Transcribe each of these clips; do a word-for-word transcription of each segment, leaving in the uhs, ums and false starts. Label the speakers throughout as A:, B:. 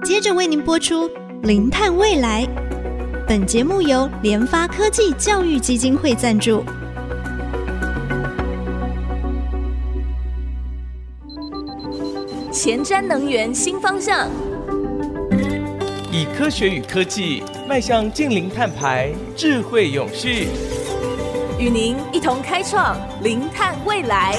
A: 接着为您播出零碳未来。本节目由联发科技教育基金会赞助。
B: 前瞻能源新方向，
C: 以科学与科技迈向净零碳排，智慧永续，
B: 与您一同开创零碳未来。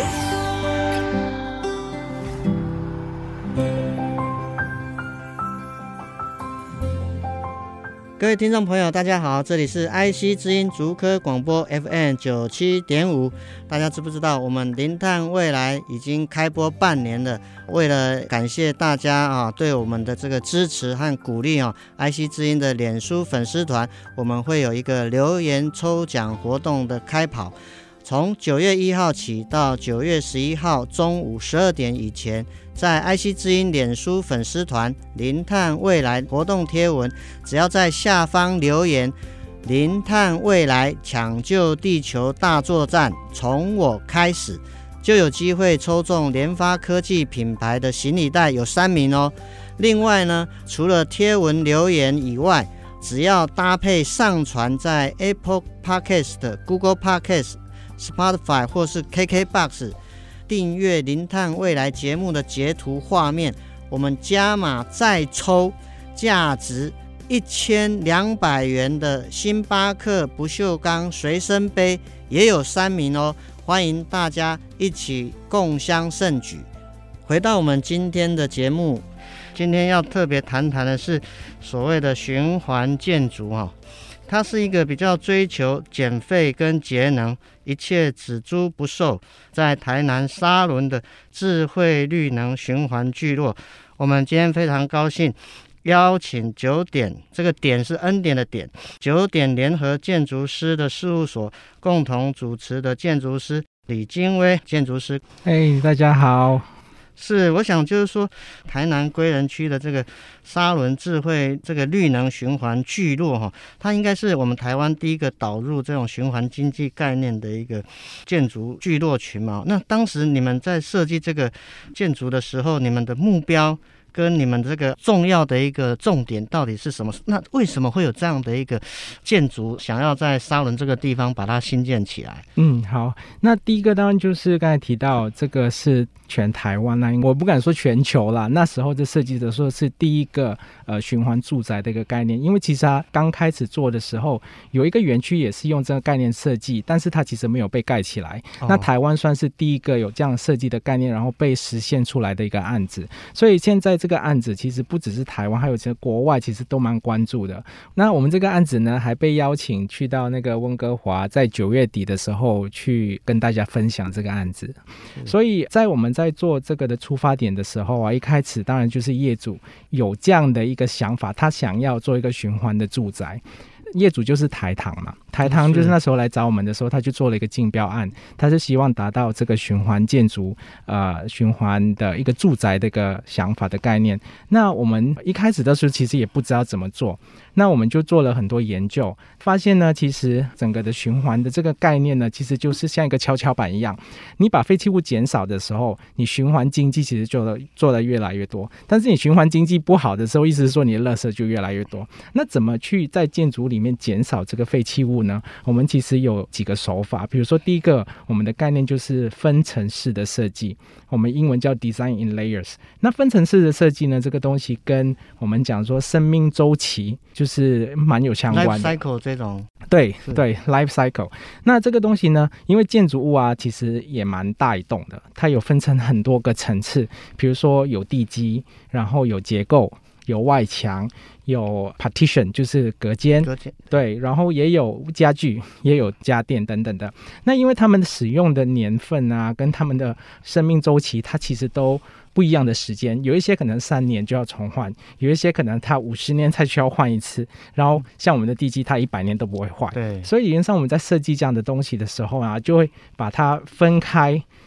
D: 各位听众朋友大家好，这里是 I C 之音竹科广播 F M 九十七点五。 大家知不知道我们零碳未来已经开播半年了？为了感谢大家啊对我们的这个支持和鼓励啊 I C 之音的脸书粉丝团我们会有一个留言抽奖活动的开跑，从九月一号起到九月十一号中午十二点以前，在 I C 之音脸书粉丝团零碳未来活动贴文，只要在下方留言零碳未来抢救地球大作战从我开始，就有机会抽中联发科技品牌的行李袋，有三名哦。另外呢，除了贴文留言以外，只要搭配上传在 Apple Podcast、Google Podcast、Spotify 或是 K K B O X 订阅零碳未来节目的截图画面，我们加码再抽价值一千两百元的星巴克不锈钢随身杯，也有三名哦，欢迎大家一起共襄盛举。回到我们今天的节目，今天要特别谈谈的是所谓的循环建筑哦，它是一个比较追求减废跟节能，一切只租不售，在台南沙仑的智慧绿能循环聚落。我们今天非常高兴邀请九点，这个点是恩典的点，九点联合建筑师的事务所共同主持的建筑师李金威建筑师。
E: 嘿，大家好。
D: 是，我想就是说，台南归仁区的这个沙仑智慧这个绿能循环聚落哈，它应该是我们台湾第一个导入这种循环经济概念的一个建筑聚落群嘛。那当时你们在设计这个建筑的时候，你们的目标跟你们这个重要的一个重点到底是什么？那为什么会有这样的一个建筑想要在沙仑这个地方把它新建起来？
E: 嗯，好，那第一个当然就是刚才提到这个是全台湾啦，我不敢说全球啦，那时候在设计的时候是第一个呃循环住宅的一个概念，因为其实它刚开始做的时候有一个园区也是用这个概念设计，但是它其实没有被盖起来、哦、那台湾算是第一个有这样设计的概念然后被实现出来的一个案子，所以现在这个案子其实不只是台湾，还有些国外其实都蛮关注的。那我们这个案子呢还被邀请去到那个温哥华，在九月底的时候去跟大家分享这个案子。所以在我们在做这个的出发点的时候啊，一开始当然就是业主有这样的一个想法，他想要做一个循环的住宅。业主就是台糖嘛，台糖就是那时候来找我们的时候，他就做了一个竞标案，他是希望达到这个循环建筑呃循环的一个住宅的一个想法的概念。那我们一开始的时候其实也不知道怎么做，那我们就做了很多研究，发现呢其实整个的循环的这个概念呢，其实就是像一个跷跷板一样，你把废弃物减少的时候，你循环经济其实做的做的越来越多，但是你循环经济不好的时候，意思是说你的垃圾就越来越多。那怎么去在建筑里里面减少这个废弃物呢？我们其实有几个手法，比如说第一个，我们的概念就是分层式的设计，我们英文叫 design in layers。那分层式的设计呢，这个东西跟我们讲说生命周期就是蛮有相关的
D: life cycle 这种，
E: 对对 life cycle。那这个东西呢，因为建筑物啊其实也蛮大一栋的，它有分成很多个层次，比如说有地基，然后有结构，有外墙，有 partition 就是隔间，隔间对，然后也有家具，也有家电等等的。那因为他们使用的年份啊，跟他们的生命周期，它其实都不一样的时间，有一些可能三年就要重换，有一些可能它五十年才需要换一次，然后像我们的地基它一百年都不会换。对，所以理论上我们在设计这样的东西的时候啊，就会把它分开，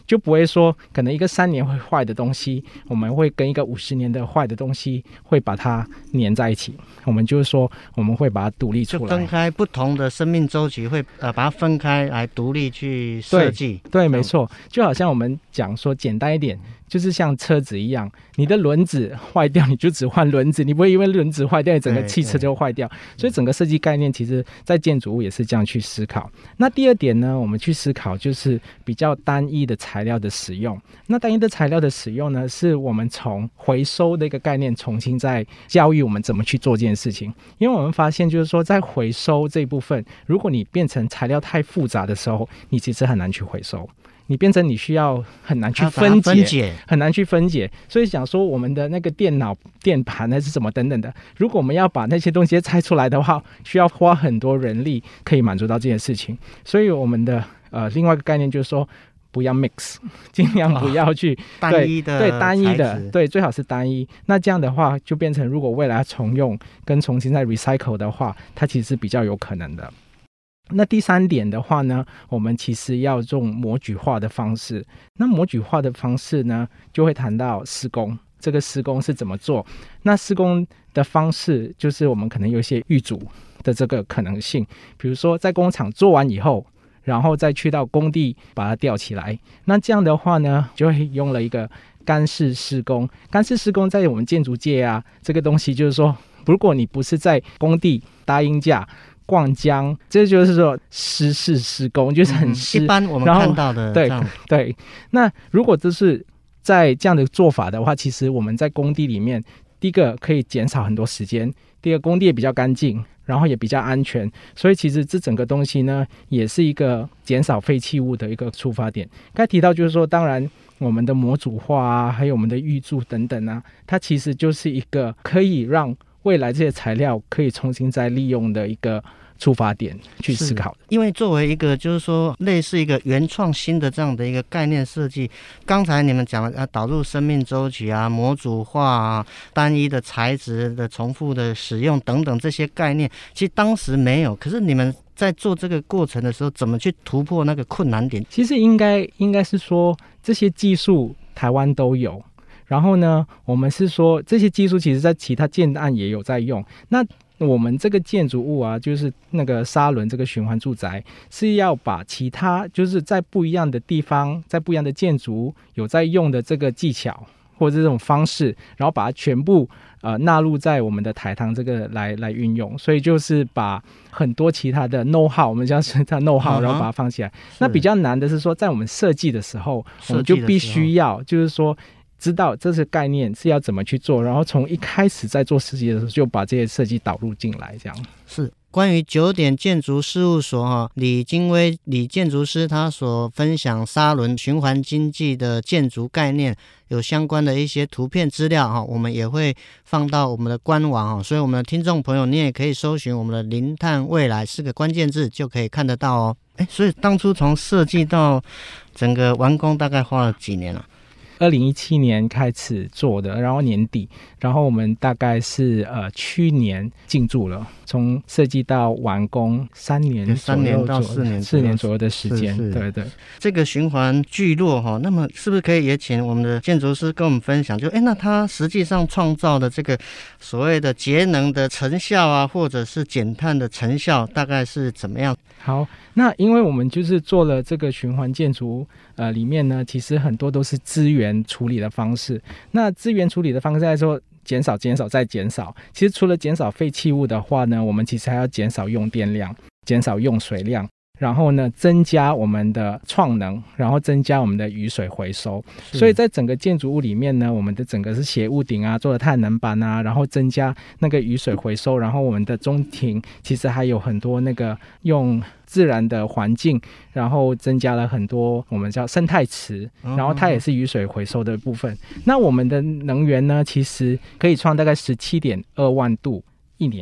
E: 就不会说可能一个三年会坏的东西，我们会跟一个五十年的坏的东西会把它粘在一起。我们就是说，我们会把它独立出来，
D: 就分开不同的生命周期，会呃把它分开来独立去设计。
E: 对，对没错，就好像我们讲说简单一点，就是像车子一样，你的轮子坏掉，你就只换轮子，你不会因为轮子坏掉，整个汽车就坏掉。所以整个设计概念，其实在建筑物也是这样去思考。那第二点呢，我们去思考就是比较单一的材料的使用。那单一的材料的使用呢，是我们从回收的一个概念重新在教育我们怎么去做这件事情。因为我们发现就是说，在回收这一部分，如果你变成材料太复杂的时候，你其实很难去回收。你变成你需要很难去分 解, 分解很难去分解，所以想说我们的那个电脑电盘还是什么等等的，如果我们要把那些东西拆出来的话，需要花很多人力可以满足到这件事情。所以我们的呃另外一个概念就是说，不要 mix， 尽量不要去、哦、
D: 单一的
E: 对单一的对，最好是单一。那这样的话就变成如果未来重用跟重新再 recycle 的话，它其实是比较有可能的。那第三点的话呢，我们其实要用模具化的方式。那模具化的方式呢，就会谈到施工，这个施工是怎么做。那施工的方式就是我们可能有一些预组的这个可能性，比如说在工厂做完以后，然后再去到工地把它吊起来。那这样的话呢，就会用了一个干式施工。干式施工在我们建筑界啊，这个东西就是说，如果你不是在工地搭鹰架灌浆，这就是说湿式施工，就是很湿、嗯、
D: 一般我们看到的
E: 对对。那如果这是在这样的做法的话，其实我们在工地里面，第一个可以减少很多时间，第二个工地也比较干净，然后也比较安全，所以其实这整个东西呢，也是一个减少废弃物的一个出发点。刚才提到就是说，当然我们的模组化啊，还有我们的预铸等等啊，它其实就是一个可以让未来这些材料可以重新再利用的一个出发点去思考的。
D: 因为作为一个就是说类似一个原创新的这样的一个概念设计，刚才你们讲了、啊、导入生命周期啊、模组化啊、单一的材质的重复的使用等等这些概念，其实当时没有，可是你们在做这个过程的时候，怎么去突破那个困难点？
E: 其实应该应该是说，这些技术台湾都有，然后呢，我们是说这些技术其实在其他建案也有在用。那我们这个建筑物啊，就是那个沙仑这个循环住宅，是要把其他就是在不一样的地方，在不一样的建筑有在用的这个技巧或者这种方式，然后把它全部呃纳入在我们的台糖这个来来运用。所以就是把很多其他的 know how， 我们叫它 know how， 然后把它放起来。那比较难的是说，在我们设计的时候，我们就必须要就是说知道这些概念是要怎么去做，然后从一开始在做设计的时候就把这些设计导入进来，这样。
D: 是关于九点建筑事务所哈李金威李建筑师他所分享沙仑循环经济的建筑概念，有相关的一些图片资料哈，我们也会放到我们的官网哈，所以我们的听众朋友你也可以搜寻我们的零碳未来四个关键字就可以看得到哦。哎，所以当初从设计到整个完工大概花了几年啊？
E: 二零一七年开始做的，然后年底，然后我们大概是呃去年进驻了，从设计到完工三年左右，
D: 三年到四年
E: 四年左右的时间。对对，
D: 这个循环聚落哈，那么是不是可以也请我们的建筑师跟我们分享，就哎那他实际上创造的这个所谓的节能的成效啊，或者是减碳的成效，大概是怎么样？
E: 好，那因为我们就是做了这个循环建筑，呃，里面呢，其实很多都是资源处理的方式。那资源处理的方式来说，减少、减少再减少。其实除了减少废弃物的话呢，我们其实还要减少用电量，减少用水量。然后呢，增加我们的创能，然后增加我们的雨水回收。所以在整个建筑物里面呢，我们的整个是斜屋顶啊，做了太阳能板啊，然后增加那个雨水回收。然后我们的中庭其实还有很多那个用自然的环境，然后增加了很多我们叫生态池，然后它也是雨水回收的部分。那我们的能源呢，其实可以创大概 十七点二万度一年。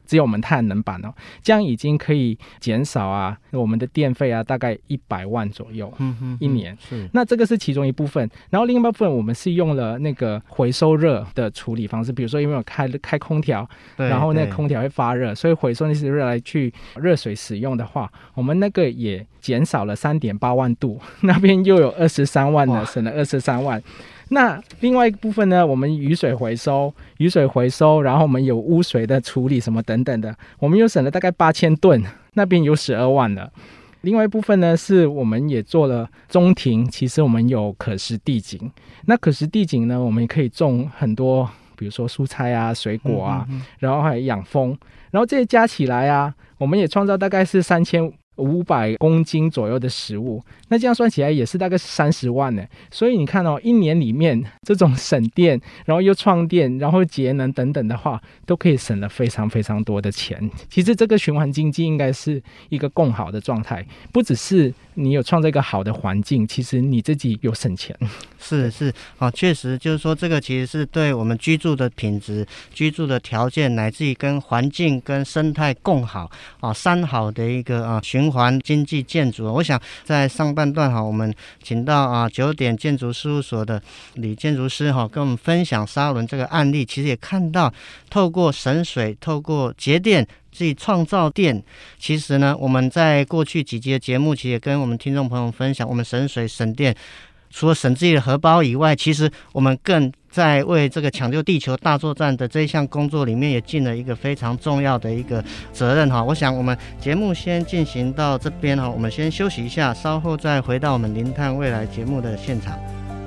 E: 只有我们太阳能板哦，这样已经可以减少啊我们的电费啊大概一百万左右，嗯嗯，一年。是，那这个是其中一部分，然后另外一部分我们是用了那个回收热的处理方式，比如说因为我开开空调，然后那个空调会发热，所以回收那些热来去热水使用的话，我们那个也减少了 三点八万度，那边又有二十三万了，省了二十三万。那另外一部分呢，我们雨水回收雨水回收然后我们有污水的处理什么等等的，我们又省了大概八千吨，那边有十二万了。另外一部分呢，是我们也做了中庭，其实我们有可食地景，那可食地景呢，我们也可以种很多比如说蔬菜啊水果啊，嗯嗯嗯，然后还有养蜂，然后这些加起来啊，我们也创造大概是三千五百公斤左右的食物，那这样算起来也是大概三十万呢。所以你看哦，一年里面这种省电，然后又创电，然后节能等等的话，都可以省了非常非常多的钱。其实这个循环经济应该是一个更好的状态，不只是你有创造一个好的环境，其实你自己有省钱。
D: 是是啊，确实就是说这个其实是对我们居住的品质、居住的条件，乃至于跟环境跟生态共好啊，三好的一个啊循环经济建筑。我想在上半段哈，我们请到啊九点建筑事务所的李建筑师哈，跟我们分享沙仑这个案例，其实也看到透过省水、透过节电。自己创造电，其实呢，我们在过去几集的节目，其实也跟我们听众朋友分享，我们省水省电，除了省自己的荷包以外，其实我们更在为这个抢救地球大作战的这一项工作里面，也尽了一个非常重要的一个责任哈。我想我们节目先进行到这边哈，我们先休息一下，稍后再回到我们零碳未来节目的现场。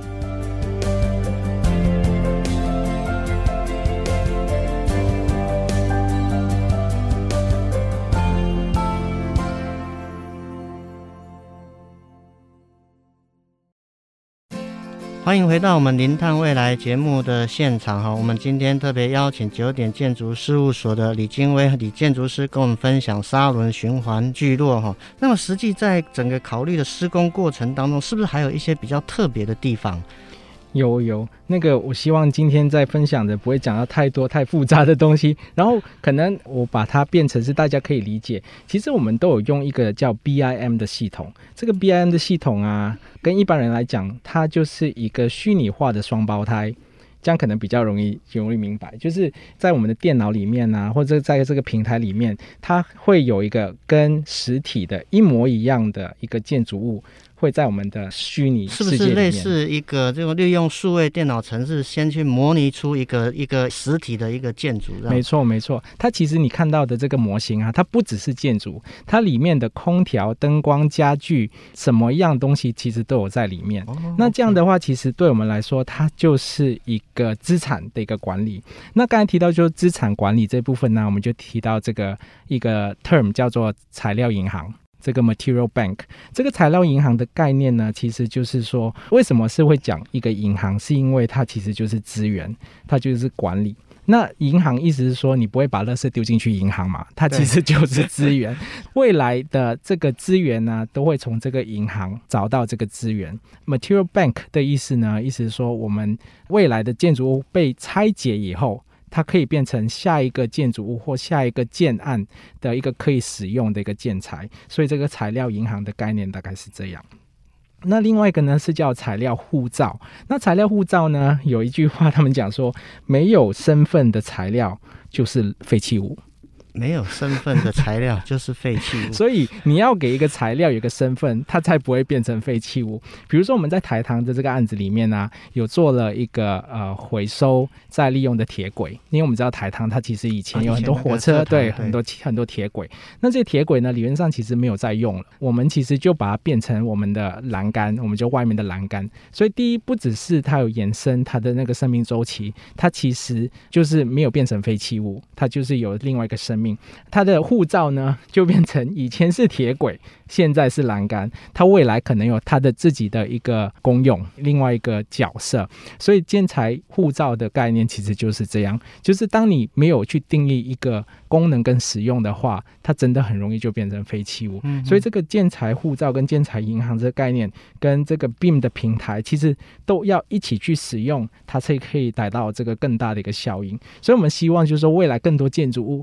D: 欢迎回到我们零碳未来节目的现场哈，我们今天特别邀请九点建筑事务所的李金威李建筑师跟我们分享沙仑循环聚落哈。那么实际在整个考虑的施工过程当中，是不是还有一些比较特别的地方？
E: 有有，那个我希望今天在分享的不会讲到太多太复杂的东西，然后可能我把它变成是大家可以理解。其实我们都有用一个叫 B I M 的系统，这个 B I M 的系统啊，跟一般人来讲，它就是一个虚拟化的双胞胎。这样可能比较容易容易明白，就是在我们的电脑里面啊，或者在这个平台里面，它会有一个跟实体的一模一样的一个建筑物，会在我们的虚拟世界里面。是不是类似一个这个利用数位电脑程式先去模拟出一个一个实体的一个建筑？没错没错，它其实你看到的这个模型啊，它不只是建筑，它里面的空调、灯光、家具，什么样东西其实都有在里面。哦、那这样的话，其实对我们来说，它就是一个一个资产的一个管理。那刚才提到就是资产管理这部分呢，我们就提到这个一个 term 叫做材料银行，这个 material bank。 这个材料银行的概念呢，其实就是说为什么是会讲一个银行，是因为它其实就是资源，它就是管理。那银行意思是说你不会把垃圾丢进去银行嘛，它其实就是资源。未来的这个资源呢，都会从这个银行找到这个资源。 Material Bank 的意思呢，意思是说我们未来的建筑物被拆解以后，它可以变成下一个建筑物或下一个建案的一个可以使用的一个建材，所以这个材料银行的概念大概是这样。那另外一个呢是叫材料护照。那材料护照呢，有一句话他们讲说，没有身份的材料就是废弃物。没有身份的材料就是废弃物所以你要给一个材料有一个身份，它才不会变成废弃物。比如说我们在台糖的这个案子里面啊，有做了一个呃回收再利用的铁轨。因为我们知道台糖它其实以前有很多火车、啊、对, 对很多很多铁轨，那这些铁轨呢理论上其实没有再用了，我们其实就把它变成我们的栏杆，我们就外面的栏杆。所以第一，不只是它有延伸它的那个生命周期，它其实就是没有变成废弃物，它就是有另外一个生命。它的护照呢就变成以前是铁轨，现在是栏杆，它未来可能有它的自己的一个功用，另外一个角色。所以建材护照的概念其实就是这样，就是当你没有去定义一个功能跟使用的话，它真的很容易就变成废弃物、嗯、所以这个建材护照跟建材银行这个概念跟这个 B I M 的平台其实都要一起去使用，它才可以达到这个更大的一个效应。所以我们希望就是说未来更多建筑物它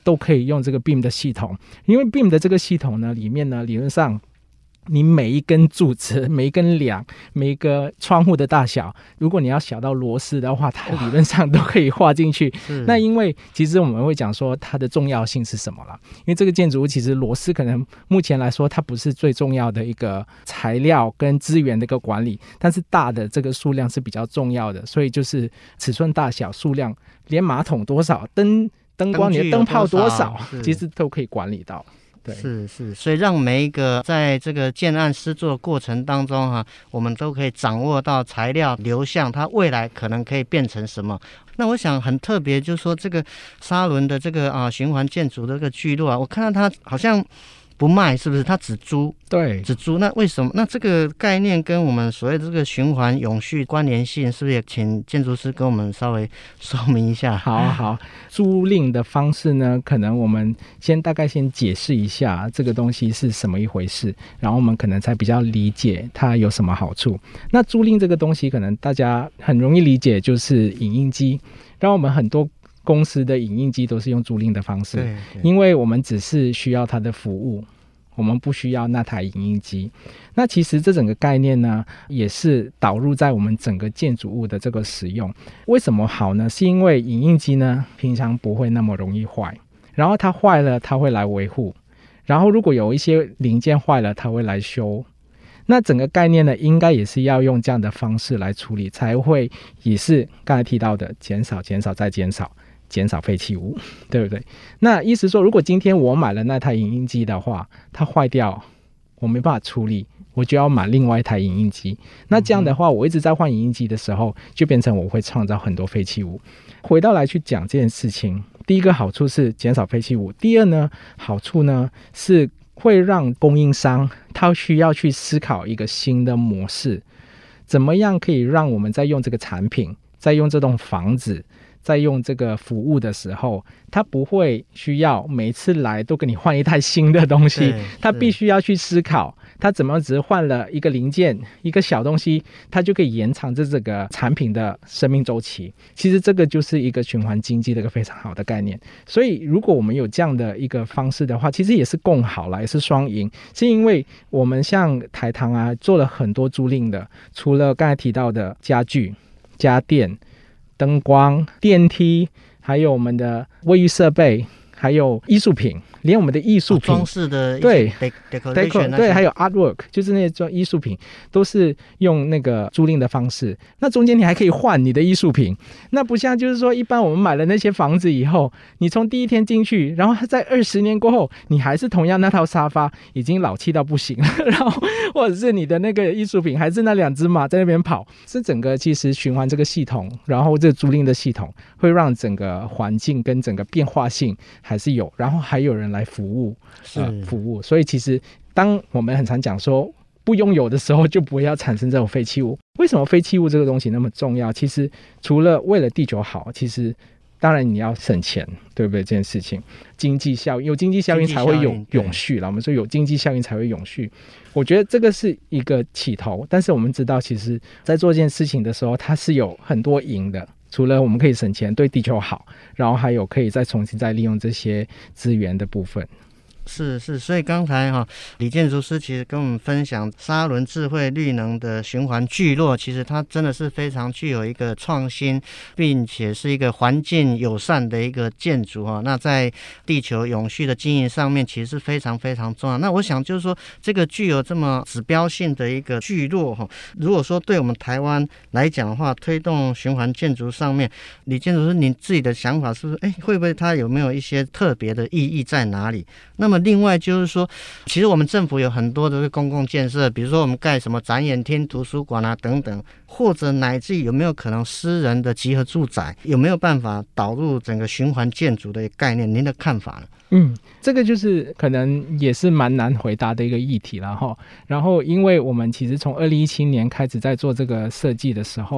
E: 都可以用这个 B I M 的系统，因为 B I M 的这个系统呢，里面呢理论上你每一根柱子、每一根梁、每一个窗户的大小，如果你要小到螺丝的话，它理论上都可以画进去。那因为其实我们会讲说它的重要性是什么啦，因为这个建筑物其实螺丝可能目前来说它不是最重要的一个材料跟资源的一个管理，但是大的这个数量是比较重要的，所以就是尺寸大小、数量，连马桶多少、灯灯光、你的灯泡多少，其实都可以管理到。
D: 是是，所以让每一个在这个建案施作过程当中哈、啊，我们都可以掌握到材料流向，它未来可能可以变成什么。那我想很特别，就是说这个沙仑的这个啊循环建筑的这个聚落啊，我看到它好像不卖，是不是？它只租，
E: 对，
D: 只租。那为什么？那这个概念跟我们所谓的这个循环永续关联性，是不是也请建筑师跟我们稍微说明一下？
E: 好好，租赁的方式呢，可能我们先大概先解释一下这个东西是什么一回事，然后我们可能才比较理解它有什么好处。那租赁这个东西，可能大家很容易理解，就是影印机，让我们很多公司的影印机都是用租赁的方式，因为我们只是需要它的服务，我们不需要那台影印机。那其实这整个概念呢，也是导入在我们整个建筑物的这个使用。为什么好呢？是因为影印机呢，平常不会那么容易坏，然后它坏了，它会来维护，然后如果有一些零件坏了，它会来修。那整个概念呢，应该也是要用这样的方式来处理，才会也是刚才提到的减少、减少再减少。减少废弃物，对不对？那意思说，如果今天我买了那台影印机的话，它坏掉，我没办法处理，我就要买另外一台影印机。那这样的话，我一直在换影印机的时候，就变成我会创造很多废弃物。回到来去讲这件事情，第一个好处是减少废弃物，第二呢，好处呢是会让供应商他需要去思考一个新的模式，怎么样可以让我们在用这个产品，在用这栋房子，在用这个服务的时候，他不会需要每次来都跟你换一台新的东西，他必须要去思考他怎么只是换了一个零件一个小东西，他就可以延长这这个产品的生命周期。其实这个就是一个循环经济的一个非常好的概念。所以如果我们有这样的一个方式的话，其实也是共好啦，也是双赢。是因为我们像台糖啊做了很多租赁的，除了刚才提到的家具、家电、灯光、电梯，还有我们的卫浴设备，还有艺术品，连我们的艺术品、
D: 装饰的
E: 对
D: decoration
E: 对，还有 artwork， 就是那些艺术品都是用那个租赁的方式。那中间你还可以换你的艺术品，那不像就是说一般我们买了那些房子以后，你从第一天进去，然后在二十年过后，你还是同样那套沙发已经老气到不行了，然后或者是你的那个艺术品还是那两只马在那边跑。是整个其实循环这个系统，然后这个租赁的系统会让整个环境跟整个变化性还是有，然后还有人来服务，呃、服务。所以其实当我们很常讲说不拥有的时候，就不会要产生这种废弃物。为什么废弃物这个东西那么重要？其实除了为了地球好，其实当然你要省钱，对不对？这件事情经济效应，有经济效应才会有永续啦。我们说有经济效应才会永续，我觉得这个是一个起头。但是我们知道，其实在做这件事情的时候，它是有很多赢的。除了我们可以省钱，对地球好，然后还有可以再重新再利用这些资源的部分。
D: 是是，所以刚才哈、哦、李建筑师其实跟我们分享沙仑智慧绿能的循环聚落，其实它真的是非常具有一个创新，并且是一个环境友善的一个建筑哈、哦。那在地球永续的经营上面，其实是非常非常重要。那我想就是说，这个具有这么指标性的一个聚落哈、哦，如果说对我们台湾来讲的话，推动循环建筑上面，李建筑师您自己的想法是不是？哎，会不会它有没有一些特别的意义在哪里？那么另外就是说，其实我们政府有很多的公共建设，比如说我们盖什么展演厅、图书馆啊等等，或者乃至有没有可能私人的集合住宅，有没有办法导入整个循环建筑的概念？您的看法呢？
E: 嗯，这个就是可能也是蛮难回答的一个议题了哈。然后，因为我们其实从二零一七年开始在做这个设计的时候，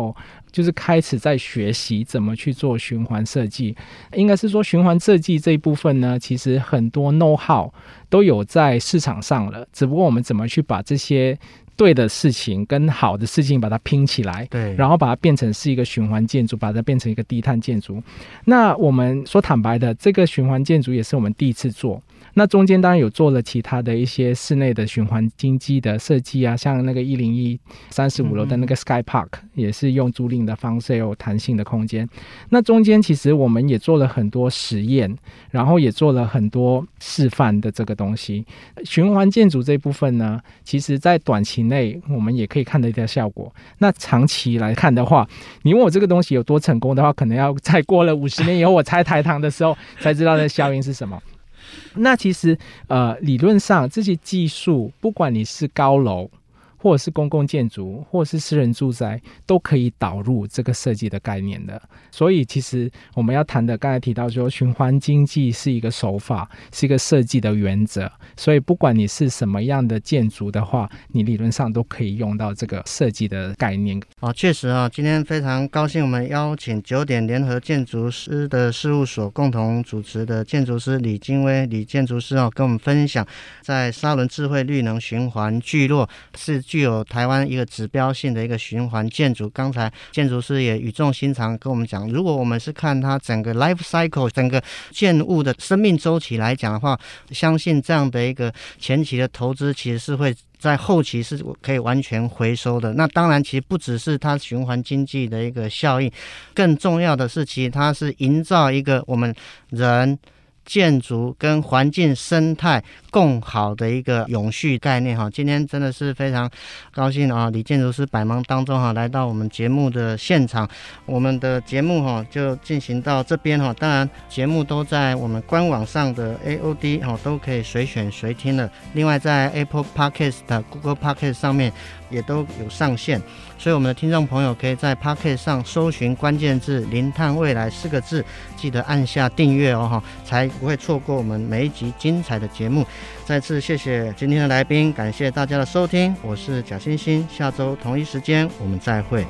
E: 就是开始在学习怎么去做循环设计。应该是说循环设计这一部分呢，其实很多 know how 都有在市场上了，只不过我们怎么去把这些对的事情跟好的事情把它拼起来，
D: 对，
E: 然后把它变成是一个循环建筑，把它变成一个低碳建筑。那我们说坦白的，这个循环建筑也是我们第一次做，那中间当然有做了其他的一些室内的循环经济的设计啊，像那个一零一三十五楼的那个 Sky Park、嗯、也是用租赁的方式，有弹性的空间。那中间其实我们也做了很多实验，然后也做了很多示范的这个东西。循环建筑这一部分呢，其实在短期内我们也可以看得到效果，那长期来看的话，你问我这个东西有多成功的话，可能要再过了五十年以后我拆台糖的时候才知道的效应是什么。那其实呃，理论上这些技术，不管你是高楼或者是公共建筑或者是私人住宅，都可以导入这个设计的概念的。所以其实我们要谈的，刚才提到说循环经济是一个手法，是一个设计的原则，所以不管你是什么样的建筑的话，你理论上都可以用到这个设计的概念。
D: 哦，确实啊，今天非常高兴我们邀请九点联合建筑师的事务所共同主持的建筑师李金威李建筑师哦，跟我们分享在沙仑智慧绿能循环聚落是具有台湾一个指标性的一个循环建筑。刚才建筑师也语重心长跟我们讲，如果我们是看它整个 life cycle 整个建物的生命周期来讲的话，相信这样的一个前期的投资其实是会在后期是可以完全回收的。那当然其实不只是它循环经济的一个效应，更重要的是其实它是营造一个我们人建筑跟环境生态共好的一个永续概念哈。今天真的是非常高兴啊，李建筑师百忙当中哈来到我们节目的现场。我们的节目哈就进行到这边哈，当然节目都在我们官网上的 A O D 哈都可以随选随听了。另外在 Apple Podcast、Google Podcast 上面也都有上线，所以我们的听众朋友可以在 Podcast 上搜寻关键字零碳未来四个字，记得按下订阅哦，才不会错过我们每一集精彩的节目。再次谢谢今天的来宾，感谢大家的收听，我是贾欣欣，下周同一时间我们再会。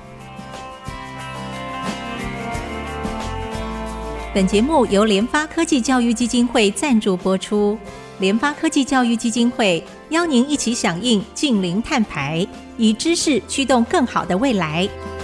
B: 本节目由联发科技教育基金会赞助播出。联发科技教育基金会邀您一起响应净零碳排，以知识驱动更好的未来。